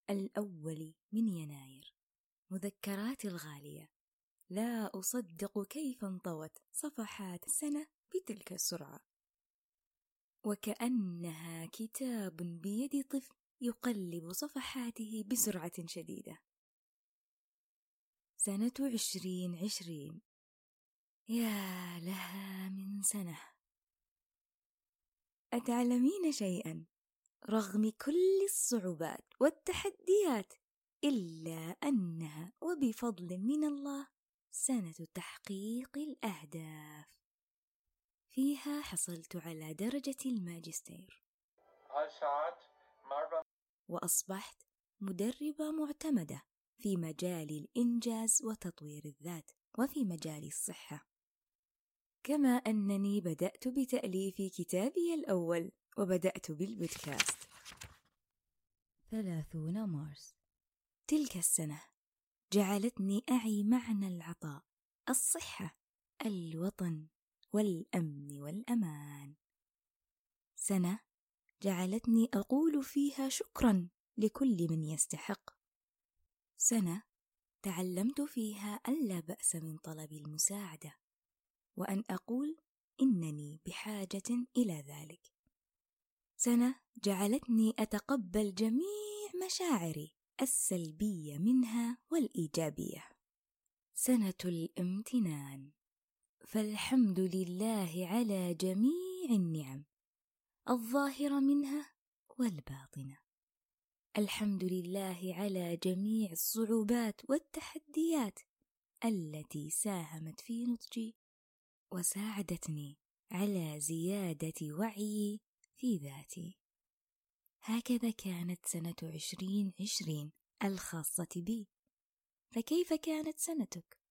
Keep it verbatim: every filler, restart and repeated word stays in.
الأول من يناير. مذكراتي الغالية، لا أصدق كيف انطوت صفحات السنة بتلك السرعة، وكأنها كتاب بيد طفل يقلب صفحاته بسرعة شديدة. سنة عشرين عشرين، يا لها من سنة. أتعلمين شيئا؟ رغم كل الصعوبات والتحديات، إلا أنها وبفضل من الله سنة تحقيق الأهداف. فيها حصلت على درجة الماجستير، وأصبحت مدربة معتمدة في مجال الإنجاز وتطوير الذات وفي مجال الصحة، كما أنني بدأت بتأليف كتابي الأول وبدأت بالبودكاست. ثلاثون مارس، تلك السنة جعلتني أعي معنى العطاء، الصحة، الوطن، والأمن والأمان. سنة جعلتني أقول فيها شكرا لكل من يستحق. سنة تعلمت فيها ألا بأس من طلب المساعدة، وأن أقول إنني بحاجة إلى ذلك. سنة جعلتني أتقبل جميع مشاعري السلبية منها والإيجابية. سنة الامتنان، فالحمد لله على جميع النعم الظاهرة منها والباطنة. الحمد لله على جميع الصعوبات والتحديات التي ساهمت في نضجي وساعدتني على زيادة وعيي في ذاتي. هكذا كانت سنة عشرين عشرين الخاصة بي، فكيف كانت سنتك؟